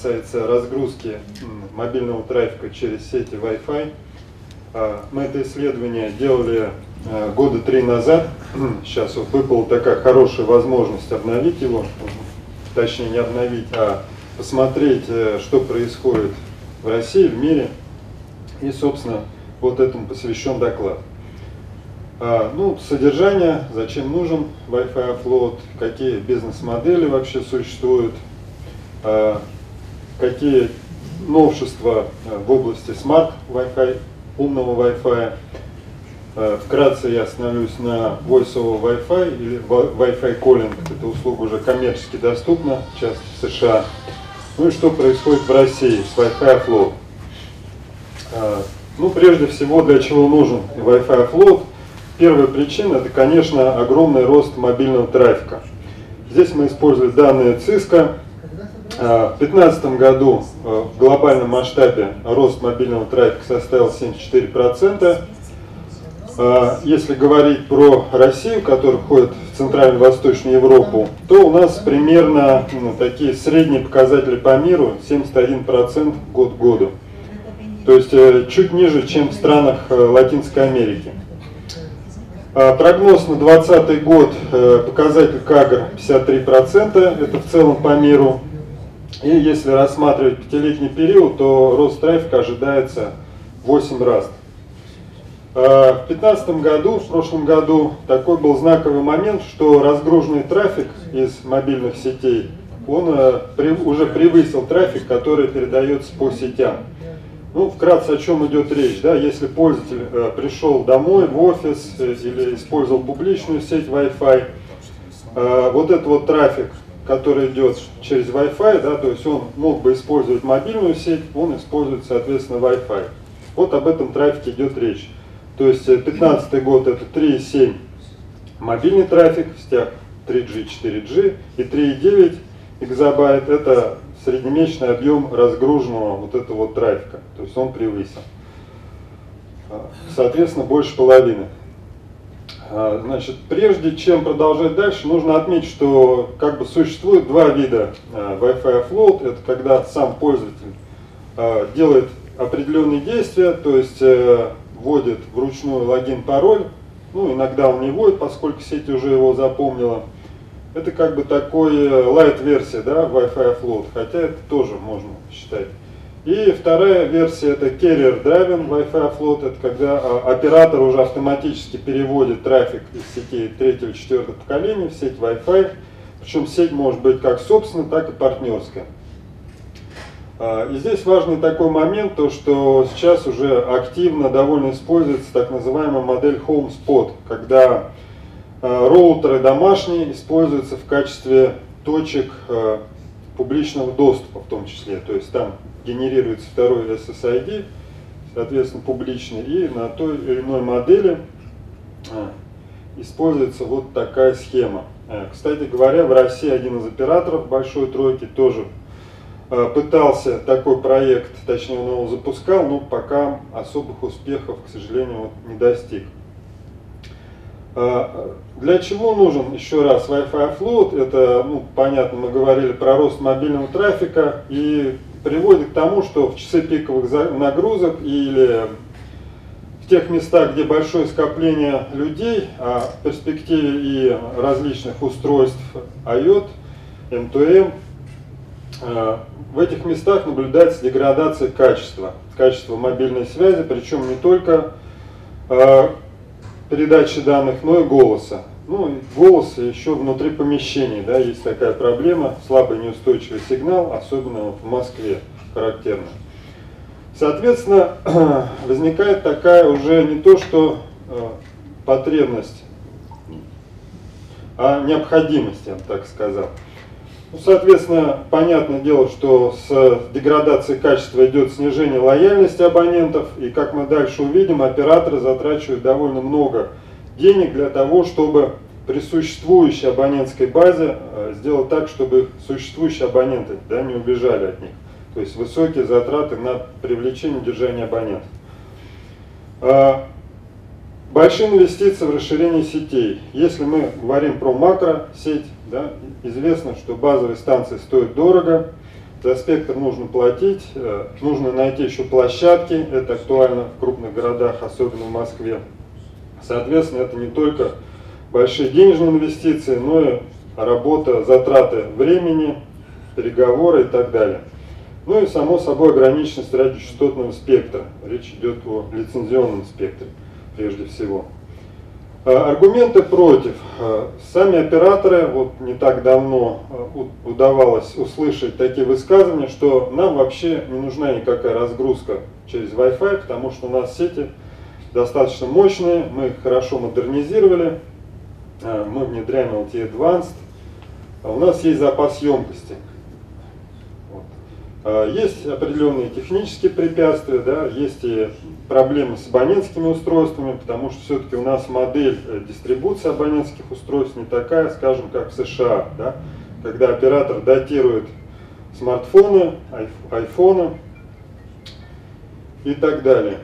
касается разгрузки мобильного трафика через сети Wi-Fi. Мы это исследование делали года 3 назад. Сейчас вот выпала такая хорошая возможность обновить его, точнее не обновить, а посмотреть, что происходит в России, в мире. И, собственно, вот этому посвящен доклад. Ну, содержание, зачем нужен Wi-Fi offload, какие бизнес-модели вообще существуют, какие новшества в области Smart Wi-Fi, умного Wi-Fi. Вкратце я остановлюсь на Voice over Wi-Fi или Wi-Fi Calling. Эта услуга уже коммерчески доступна, часто в США. Ну и что происходит в России с Wi-Fi offload. Ну, прежде всего, для чего нужен Wi-Fi offload? Первая причина – это, конечно, огромный рост мобильного трафика. Здесь мы использовали данные Cisco. В 2015 году в глобальном масштабе рост мобильного трафика составил 74%. Если говорить про Россию, которая входит в Центральную и Восточную Европу, то у нас примерно такие средние показатели по миру 71% год к году. То есть чуть ниже, чем в странах Латинской Америки. Прогноз на 2020 год, показатель КАГР 53%, это в целом по миру. И если рассматривать 5-летний период, то рост трафика ожидается 8 раз. В 2015 году, в прошлом году, такой был знаковый момент, что разгруженный трафик из мобильных сетей, он уже превысил трафик, который передается по сетям. Ну, вкратце, о чем идет речь. Да? Если пользователь пришел домой, в офис или использовал публичную сеть Wi-Fi, вот этот вот трафик, который идет через Wi-Fi, да, то есть он мог бы использовать мобильную сеть, он использует, соответственно, Wi-Fi. Вот об этом трафике идет речь. То есть 2015 год это 3,7 мобильный трафик в сетях 3G, 4G и 3,9 гигабайт это среднемесячный объем разгруженного вот этого вот трафика. То есть он превысил. Соответственно, больше половины. Значит, прежде чем продолжать дальше, нужно отметить, что как бы существует два вида Wi-Fi offload. Это когда сам пользователь делает определенные действия, то есть вводит вручную логин-пароль. Ну, иногда он не вводит, поскольку сеть уже его запомнила. Это как бы такой light-версия, да, Wi-Fi offload, хотя это тоже можно считать. И вторая версия это carrier-driven Wi-Fi offload, это когда оператор уже автоматически переводит трафик из сетей 3-го, 4-го поколения в сеть Wi-Fi. Причем сеть может быть как собственная, так и партнерская. И здесь важный такой момент, то что сейчас уже активно довольно используется так называемая модель Home Spot, когда роутеры домашние используются в качестве точек публичного доступа в том числе. То есть там генерируется второй SSID, соответственно публичный, и на той или иной модели используется вот такая схема. Кстати говоря, в России один из операторов большой тройки тоже пытался такой проект, точнее он его запускал, но пока особых успехов, к сожалению, вот не достиг. Для чего нужен, еще раз, Wi-Fi offload? Это, ну, понятно, мы говорили про рост мобильного трафика и приводит к тому, что в часы пиковых нагрузок или в тех местах, где большое скопление людей, а в перспективе и различных устройств IoT, M2M, в этих местах наблюдается деградация качества мобильной связи, причем не только передачи данных, но и голоса. Ну, и голос еще внутри помещений, да, есть такая проблема, слабый неустойчивый сигнал, особенно вот в Москве характерно. Соответственно, возникает такая уже не то что потребность, а необходимость, я бы так сказал. Ну, соответственно, понятное дело, что с деградацией качества идет снижение лояльности абонентов, и как мы дальше увидим, операторы затрачивают довольно много денег для того, чтобы при существующей абонентской базе сделать так, чтобы существующие абоненты, да, не убежали от них. То есть высокие затраты на привлечение и удержание абонентов. Большие инвестиции в расширение сетей. Если мы говорим про макросеть, да, известно, что базовые станции стоят дорого. За спектр нужно платить, нужно найти еще площадки, это актуально в крупных городах, особенно в Москве. Соответственно, это не только большие денежные инвестиции, но и работа, затраты времени, переговоры и так далее. Ну и само собой ограниченность радиочастотного спектра. Речь идет о лицензионном спектре прежде всего. Аргументы против. Сами операторы, вот не так давно удавалось услышать такие высказывания, что нам вообще не нужна никакая разгрузка через Wi-Fi, потому что у нас сети достаточно мощные, мы их хорошо модернизировали, мы внедряем LTE Advanced, у нас есть запас емкости. Есть определенные технические препятствия, да, есть и проблемы с абонентскими устройствами, потому что все-таки у нас модель дистрибуции абонентских устройств не такая, скажем, как в США, да, когда оператор датирует смартфоны, айфоны и так далее.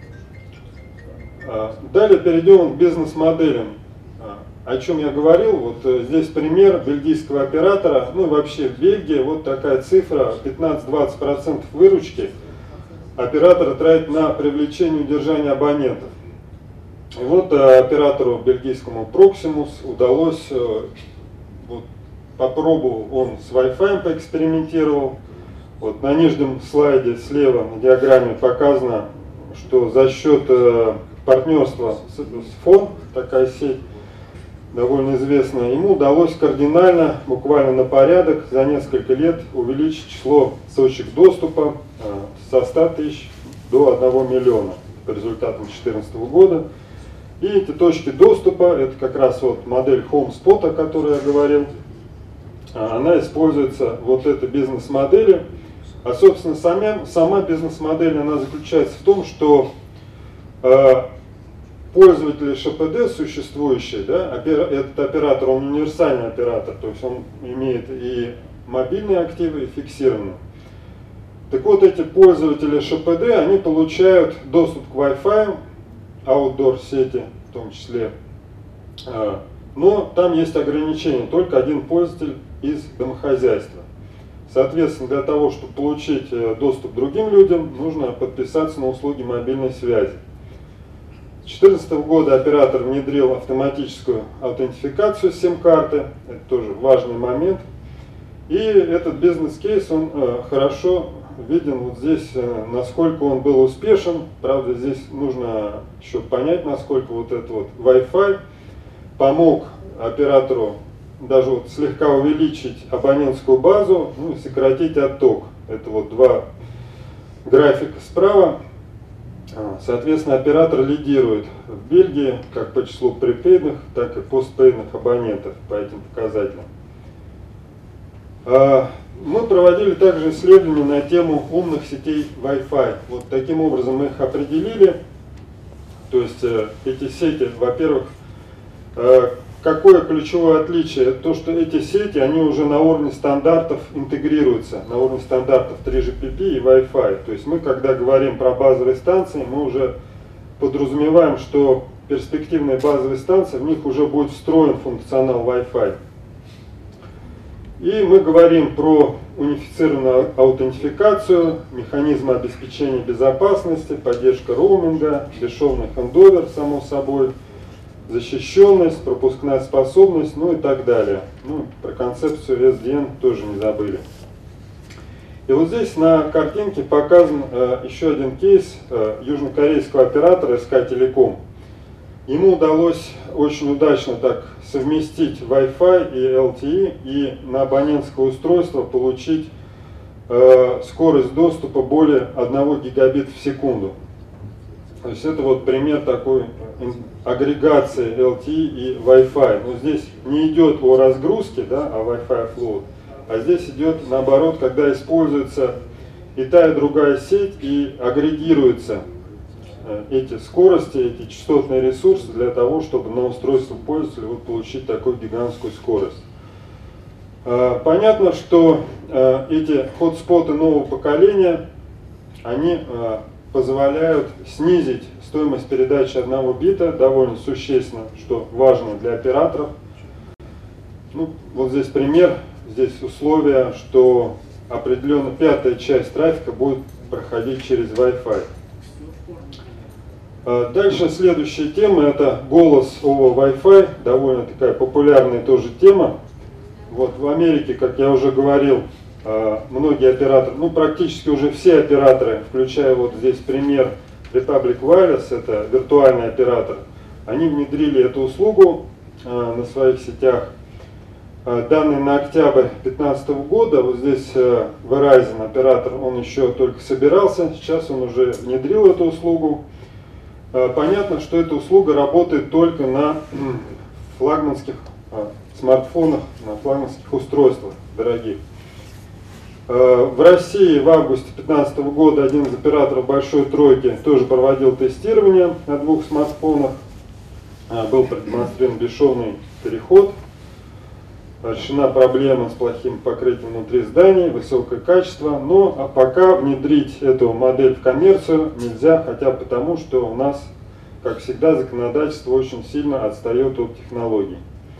Далее перейдем к бизнес-моделям. О чем я говорил, вот здесь пример бельгийского оператора, ну и вообще в Бельгии вот такая цифра, 15-20% выручки оператора тратит на привлечение и удержание абонентов. И вот оператору бельгийскому Proximus удалось, вот, попробовал он с Wi-Fi, поэкспериментировал. Вот на нижнем слайде слева на диаграмме показано, что за счет партнерства с ФОН, такая сеть, довольно известная, ему удалось кардинально, буквально на порядок, за несколько лет увеличить число точек доступа со 100 тысяч до 1 миллиона по результатам 2014 года. И эти точки доступа, это как раз вот модель HomeSpot, о которой я говорил, она используется, вот этой бизнес-модели. А собственно сама бизнес-модель, она заключается в том, что пользователи ШПД существующие, да, этот оператор, он универсальный оператор, то есть он имеет и мобильные активы, и фиксированные. Так вот, эти пользователи ШПД, они получают доступ к Wi-Fi, outdoor сети в том числе, но там есть ограничение, только один пользователь из домохозяйства. Соответственно, для того, чтобы получить доступ к другим людям, нужно подписаться на услуги мобильной связи. С 2014 года оператор внедрил автоматическую аутентификацию сим-карты, это тоже важный момент. И этот бизнес-кейс, он хорошо виден вот здесь, насколько он был успешен. Правда, здесь нужно еще понять, насколько вот этот вот Wi-Fi помог оператору даже вот слегка увеличить абонентскую базу, ну и сократить отток. Это вот два графика справа. Соответственно, оператор лидирует в Бельгии как по числу препейдных, так и постпейдных абонентов по этим показателям. Мы проводили также исследования на тему умных сетей Wi-Fi. Вот таким образом мы их определили. То есть эти сети, во-первых, какое ключевое отличие? Это то, что эти сети, они уже на уровне стандартов интегрируются, на уровне стандартов 3GPP и Wi-Fi. То есть мы, когда говорим про базовые станции, мы уже подразумеваем, что перспективные базовые станции, в них уже будет встроен функционал Wi-Fi. И мы говорим про унифицированную аутентификацию, механизмы обеспечения безопасности, поддержка роуминга, бесшовный хендовер, само собой, защищенность, пропускная способность, ну и так далее. Ну, про концепцию SDN тоже не забыли. И вот здесь на картинке показан еще один кейс южнокорейского оператора SK Telecom. Ему удалось очень удачно так совместить Wi-Fi и LTE и на абонентское устройство получить скорость доступа более 1 гигабит в секунду. То есть это вот пример такой агрегации LTE и Wi-Fi. Но здесь не идет о разгрузке, да, о Wi-Fi offload, а здесь идет наоборот, когда используется и та, и другая сеть, и агрегируются эти скорости, эти частотные ресурсы для того, чтобы на устройство пользователя вот получить такую гигантскую скорость. Понятно, что эти хотспоты нового поколения, они позволяют снизить стоимость передачи 1 бита довольно существенно, что важно для операторов. Ну, вот здесь пример, здесь условия, что определенно пятая часть трафика будет проходить через Wi-Fi. Дальше следующая тема — это голос over Wi-Fi, довольно такая популярная тоже тема. Вот в Америке, как я уже говорил, многие операторы, ну практически уже все операторы, включая вот здесь пример Republic Wireless, это виртуальный оператор, они внедрили эту услугу на своих сетях. Данные на октябрь 2015 года, вот здесь Verizon оператор, он еще только собирался, сейчас он уже внедрил эту услугу. Понятно, что эта услуга работает только на флагманских смартфонах, на флагманских устройствах дорогих. В России в августе 2015 года один из операторов Большой Тройки тоже проводил тестирование на 2 смартфонах. Был продемонстрирован бесшовный переход. Решена проблема с плохим покрытием внутри зданий, высокое качество, но пока внедрить эту модель в коммерцию нельзя, хотя потому, что у нас, как всегда, законодательство очень сильно отстает от технологий.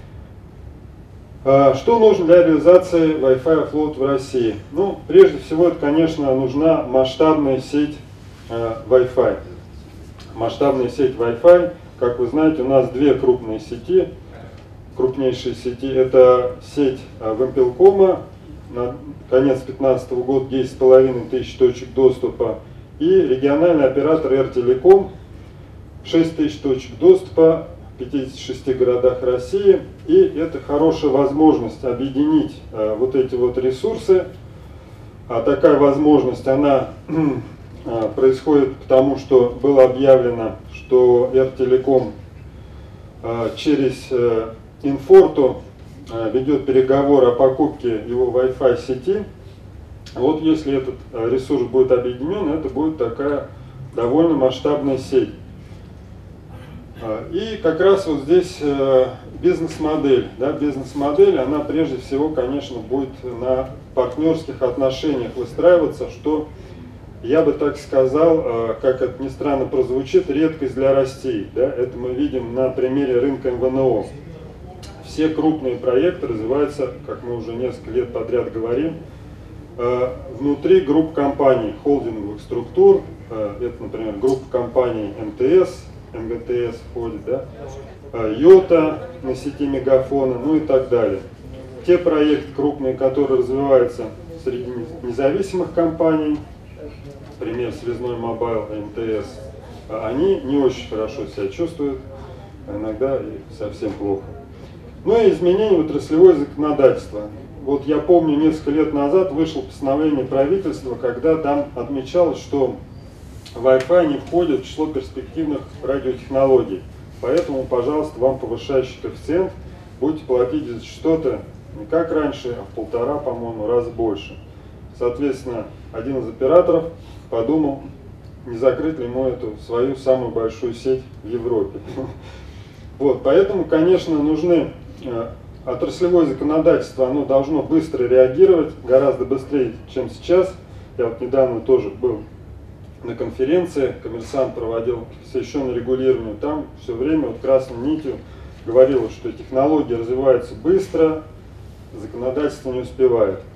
Что нужно для реализации Wi-Fi Float в России? Ну, прежде всего, это, конечно, нужна масштабная сеть Wi-Fi. Масштабная сеть Wi-Fi, как вы знаете, у нас 2 крупные сети. Крупнейшие сети — это сеть Вимпелкома, на конец 2015 года 10,5 тысяч точек доступа, и региональный оператор Эр-Телеком, 6 тысяч точек доступа в 56 городах России. И это хорошая возможность объединить вот эти вот ресурсы. Такая возможность, она происходит потому, что было объявлено, что Эр-Телеком через Инфорту ведет переговоры о покупке его Wi-Fi сети. Вот если этот ресурс будет объединен, это будет такая довольно масштабная сеть. И как раз вот здесь бизнес-модель. Да, бизнес-модель, она прежде всего, конечно, будет на партнерских отношениях выстраиваться, что, я бы так сказал, как это ни странно прозвучит, редкость для России. Да? Это мы видим на примере рынка МВНО. Все крупные проекты развиваются, как мы уже несколько лет подряд говорим, внутри групп компаний, холдинговых структур. Это, например, группа компаний МТС, МГТС входит, да? Йота на сети Мегафона, ну и так далее. Те проекты крупные, которые развиваются среди независимых компаний, например, Связной Мобайл, МТС, они не очень хорошо себя чувствуют, а иногда и совсем плохо. Ну и изменение в отраслевое законодательство. Вот я помню, несколько лет назад вышло постановление правительства, когда там отмечалось, что Wi-Fi не входит в число перспективных радиотехнологий. Поэтому, пожалуйста, вам повышающий коэффициент, будете платить за что-то не как раньше, а в 1,5, по-моему, раза больше. Соответственно, один из операторов подумал, не закрыть ли ему эту свою самую большую сеть в Европе. Вот, поэтому, конечно, нужны отраслевое законодательство, оно должно быстро реагировать, гораздо быстрее, чем сейчас. Я вот недавно тоже был на конференции, Коммерсант проводил посвященное регулированию, там все время вот красной нитью говорилось, что технологии развиваются быстро, законодательство не успевает.